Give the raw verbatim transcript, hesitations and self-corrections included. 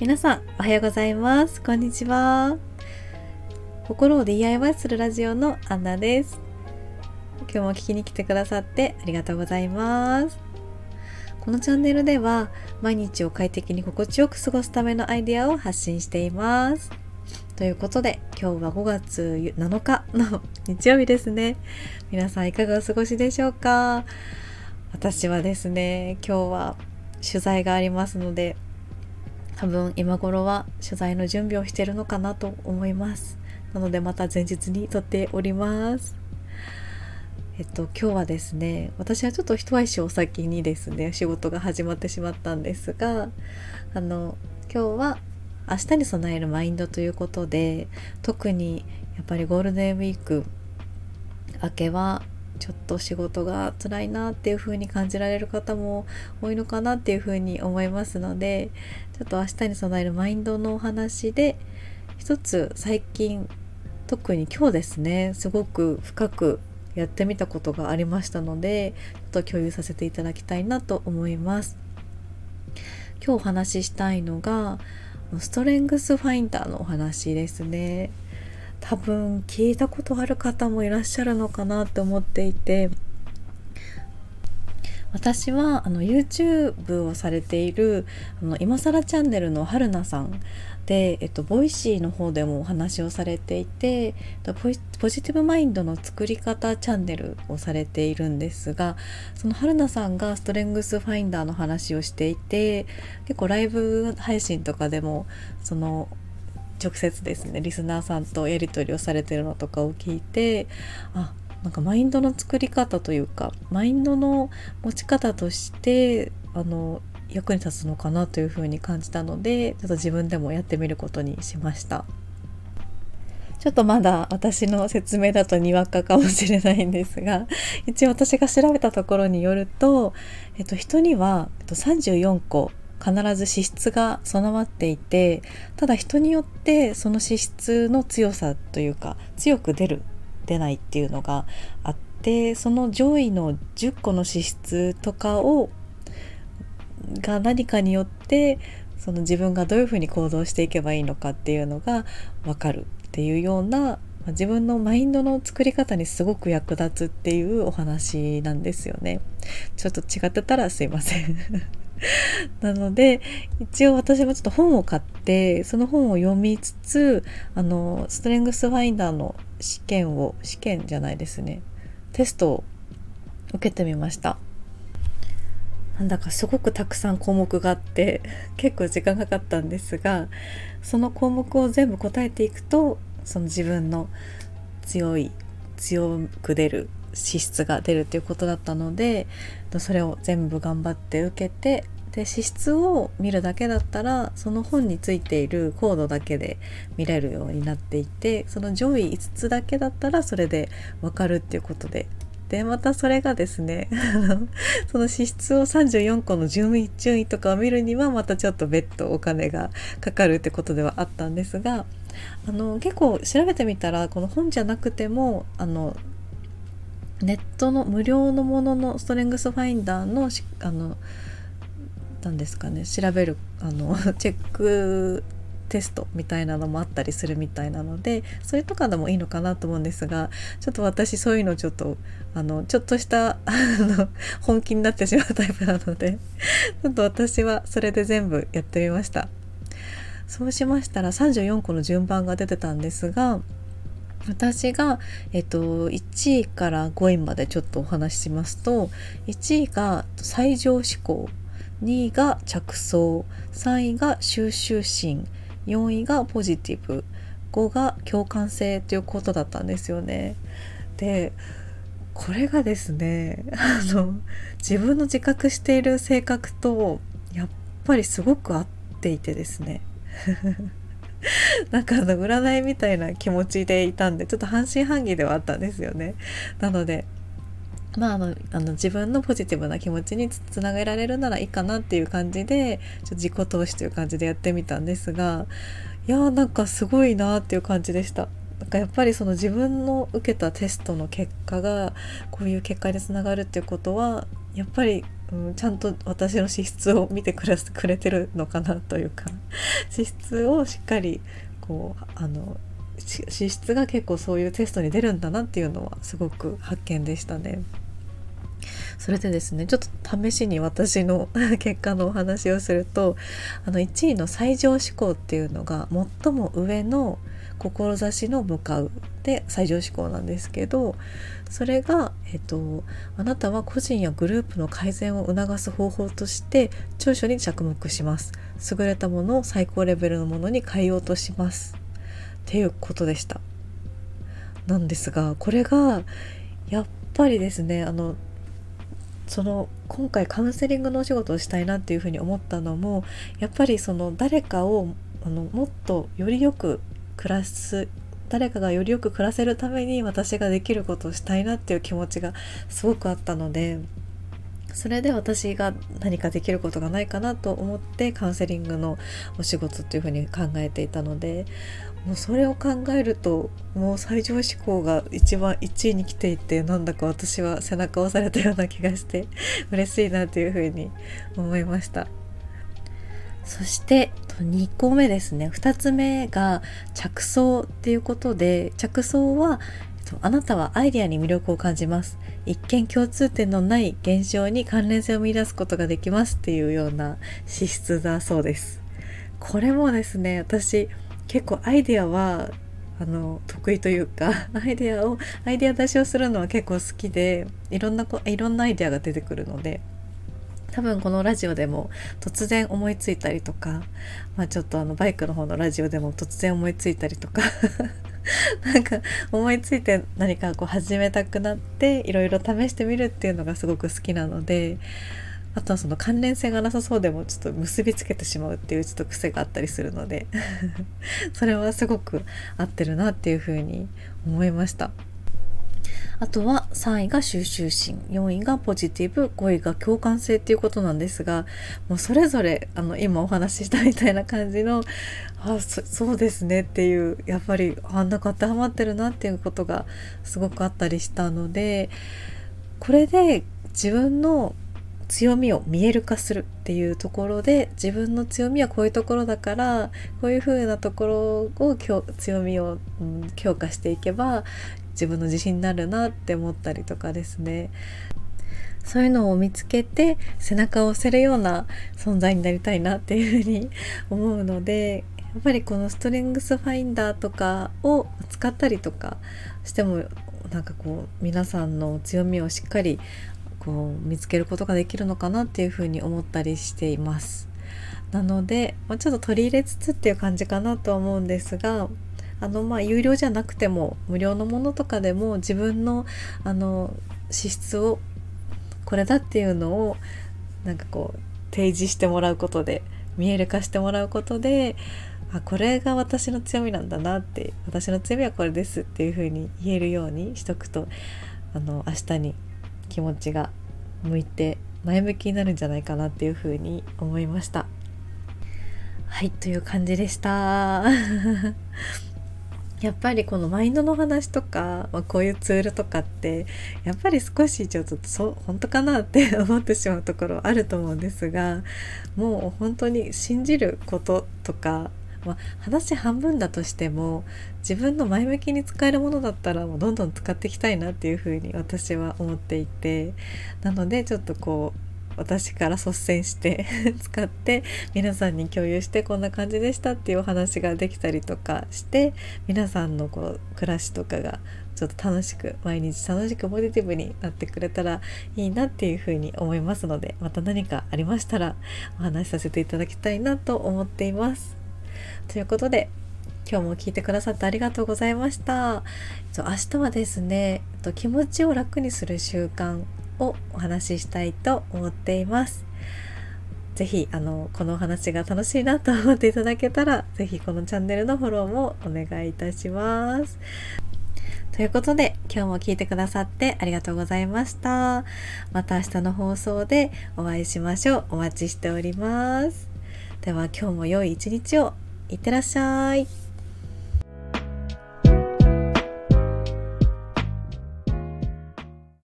皆さんおはようございます。こんにちは。心を ディーアイワイ するラジオのアンナです。今日も聞きに来てくださってありがとうございます。このチャンネルでは毎日を快適に心地よく過ごすためのアイデアを発信しています。ということで今日はごがつなのかの日曜日ですね。皆さんいかがお過ごしでしょうか。私はですね、今日は取材がありますので、多分今頃は取材の準備をしているのかなと思います。なのでまた前日に撮っております。えっと今日はですね、私はちょっと一足お先にですね仕事が始まってしまったんですが、あの今日は明日に備えるマインドということで、特にやっぱりゴールデンウィーク明けはちょっと仕事が辛いなっていう風に感じられる方も多いのかなっていう風に思いますので、ちょっと明日に備えるマインドのお話で一つ最近特に今日ですねすごく深くやってみたことがありましたので、ちょっと共有させていただきたいなと思います。今日お話ししたいのがストレングスファインダーのお話ですね。多分聞いたことある方もいらっしゃるのかなと思っていて、私はあの YouTube をされているあの今更チャンネルの春菜さんで、えっと、ボイシーの方でもお話をされていて、ポジ、ポジティブマインドの作り方チャンネルをされているんですが、その春菜さんがストレングスファインダーの話をしていて、結構ライブ配信とかでもその直接ですねリスナーさんとやり取りをされているのとかを聞いて、あ、なんかマインドの作り方というかマインドの持ち方としてあの役に立つのかなというふうに感じたので、ちょっと自分でもやってみることにしました。ちょっとまだ私の説明だとにわかかもしれないんですが、一応私が調べたところによると、えっと、人には、えっと、さんじゅうよんこ必ず資質が備わっていて、ただ人によってその資質の強さというか強く出る出ないっていうのがあって、その上位のじゅっこの資質とかをが何かによってその自分がどういうふうに行動していけばいいのかっていうのが分かるっていうような、自分のマインドの作り方にすごく役立つっていうお話なんですよね。ちょっと違ってたらすいませんなので一応私もちょっと本を買ってその本を読みつつ、あのストレングスファインダーの試験を試験じゃないですねテストを受けてみました。なんだかすごくたくさん項目があって結構時間かかったんですが、その項目を全部答えていくとその自分の強い強く出る資質が出るということだったので、それを全部頑張って受けて、で資質を見るだけだったらその本についているコードだけで見れるようになっていて、その上位いつつだけだったらそれで分かるっていうことで、でまたそれがですねその資質をさんじゅうよんこの順位順位とかを見るにはまたちょっと別途お金がかかるってことではあったんですが、あの結構調べてみたらこの本じゃなくてもあのネットの無料のもののストレングスファインダーのあのなんですかね調べるあのチェックテストみたいなのもあったりするみたいなので、それとかでもいいのかなと思うんですが、ちょっと私そういうのちょっとあのちょっとしたあの本気になってしまうタイプなのでちょっと私はそれで全部やってみました。そうしましたらさんじゅうよんこの順番が出てたんですが、私が、えっと、いちいからごいまでちょっとお話ししますと、いちいが最上思考、にいが着想、さんいが収集心、よんいがポジティブ、ごが共感性ということだったんですよね。でこれがですねあの自分の自覚している性格とやっぱりすごく合っていてですねなんかあの占いみたいな気持ちでいたんで、ちょっと半信半疑ではあったんですよね。なのでまあ、あのあの自分のポジティブな気持ちに つ, つなげられるならいいかなっていう感じで、ちょっと自己投資という感じでやってみたんですが、いやーなんかすごいなっていう感じでした。なんかやっぱりその自分の受けたテストの結果がこういう結果につながるっていうことは、やっぱりうん、ちゃんと私の資質を見てくれ、くれてるのかなというか資質をしっかりこうあの資質が結構そういうテストに出るんだなっていうのはすごく発見でしたね。それでですね、ちょっと試しに私の結果のお話をすると、あのいちいの最上志向っていうのが最も上の志の向かうで最上志向なんですけど、それが、えっと、あなたは個人やグループの改善を促す方法として長所に着目します。優れたものを最高レベルのものに変えようとしますっていうことでした。なんですが、これがやっぱりですね、あのその今回カウンセリングのお仕事をしたいなっていうふうに思ったのも、やっぱりその誰かをあのもっとよりよく暮らす誰かがよりよく暮らせるために私ができることをしたいなっていう気持ちがすごくあったので、それで私が何かできることがないかなと思ってカウンセリングのお仕事っていうふうに考えていたので、もうそれを考えるともう最上志向が一番いちいに来ていて、なんだか私は背中を押されたような気がして嬉しいなというふうに思いました。そしてにこめですね、ふたつめが着想っていうことで、着想はあなたはアイデアに魅力を感じます。一見共通点のない現象に関連性を見出すことができますっていうような資質だそうです。これもですね、私結構アイデアはあの得意というかアイデアをアイデア出しをするのは結構好きで、いろんなこいろんなアイデアが出てくるので、多分このラジオでも突然思いついたりとか、まあ、ちょっとあのバイクの方のラジオでも突然思いついたりとかなんか思いついて何かこう始めたくなっていろいろ試してみるっていうのがすごく好きなので、あとはその関連性がなさそうでもちょっと結びつけてしまうっていうちょっと癖があったりするのでそれはすごく合ってるなっていうふうに思いました。あとはさんいが収集心、よんいがポジティブ、ごいが共感性っていうことなんですが、もうそれぞれあの今お話ししたみたいな感じの、あ、そ、そうですねっていう、やっぱりあんな当てはまってるなっていうことがすごくあったりしたので、これで自分の強みを見える化するっていうところで、自分の強みはこういうところだからこういう風なところを強みを、うん、強化していけば自分の自信になるなって思ったりとかですね、そういうのを見つけて背中を押せるような存在になりたいなっていうふうに思うので、やっぱりこのストレングスファインダーとかを使ったりとかしても、なんかこう皆さんの強みをしっかりこう見つけることができるのかなっていうふうに思ったりしています。なので、まあ、ちょっと取り入れつつっていう感じかなとは思うんですが、あのまあ有料じゃなくても無料のものとかでも自分のあの資質をこれだっていうのをなんかこう提示してもらうことで、見える化してもらうことで、あ、これが私の強みなんだなって、私の強みはこれですっていう風に言えるようにしとくと、あの明日に気持ちが向いて前向きになるんじゃないかなっていう風に思いました。はい、という感じでしたやっぱりこのマインドの話とか、まあ、こういうツールとかってやっぱり少しちょっとそう本当かなって思ってしまうところあると思うんですが、もう本当に信じることとか、まあ、話半分だとしても自分の前向きに使えるものだったらもうどんどん使っていきたいなっていうふうに私は思っていて、なのでちょっとこう私から率先して使って皆さんに共有して、こんな感じでしたっていうお話ができたりとかして、皆さんのこう暮らしとかがちょっと楽しく、毎日楽しくポジティブになってくれたらいいなっていうふうに思いますので、また何かありましたらお話しさせていただきたいなと思っています。ということで今日も聞いてくださってありがとうございました。明日はですね、気持ちを楽にする習慣をお話ししたいと思っています。ぜひあのこのお話が楽しいなと思っていただけたら、ぜひこのチャンネルのフォローもお願いいたします。ということで今日も聞いてくださってありがとうございました。また明日の放送でお会いしましょう。お待ちしております。では今日も良い一日を。いってらっしゃい。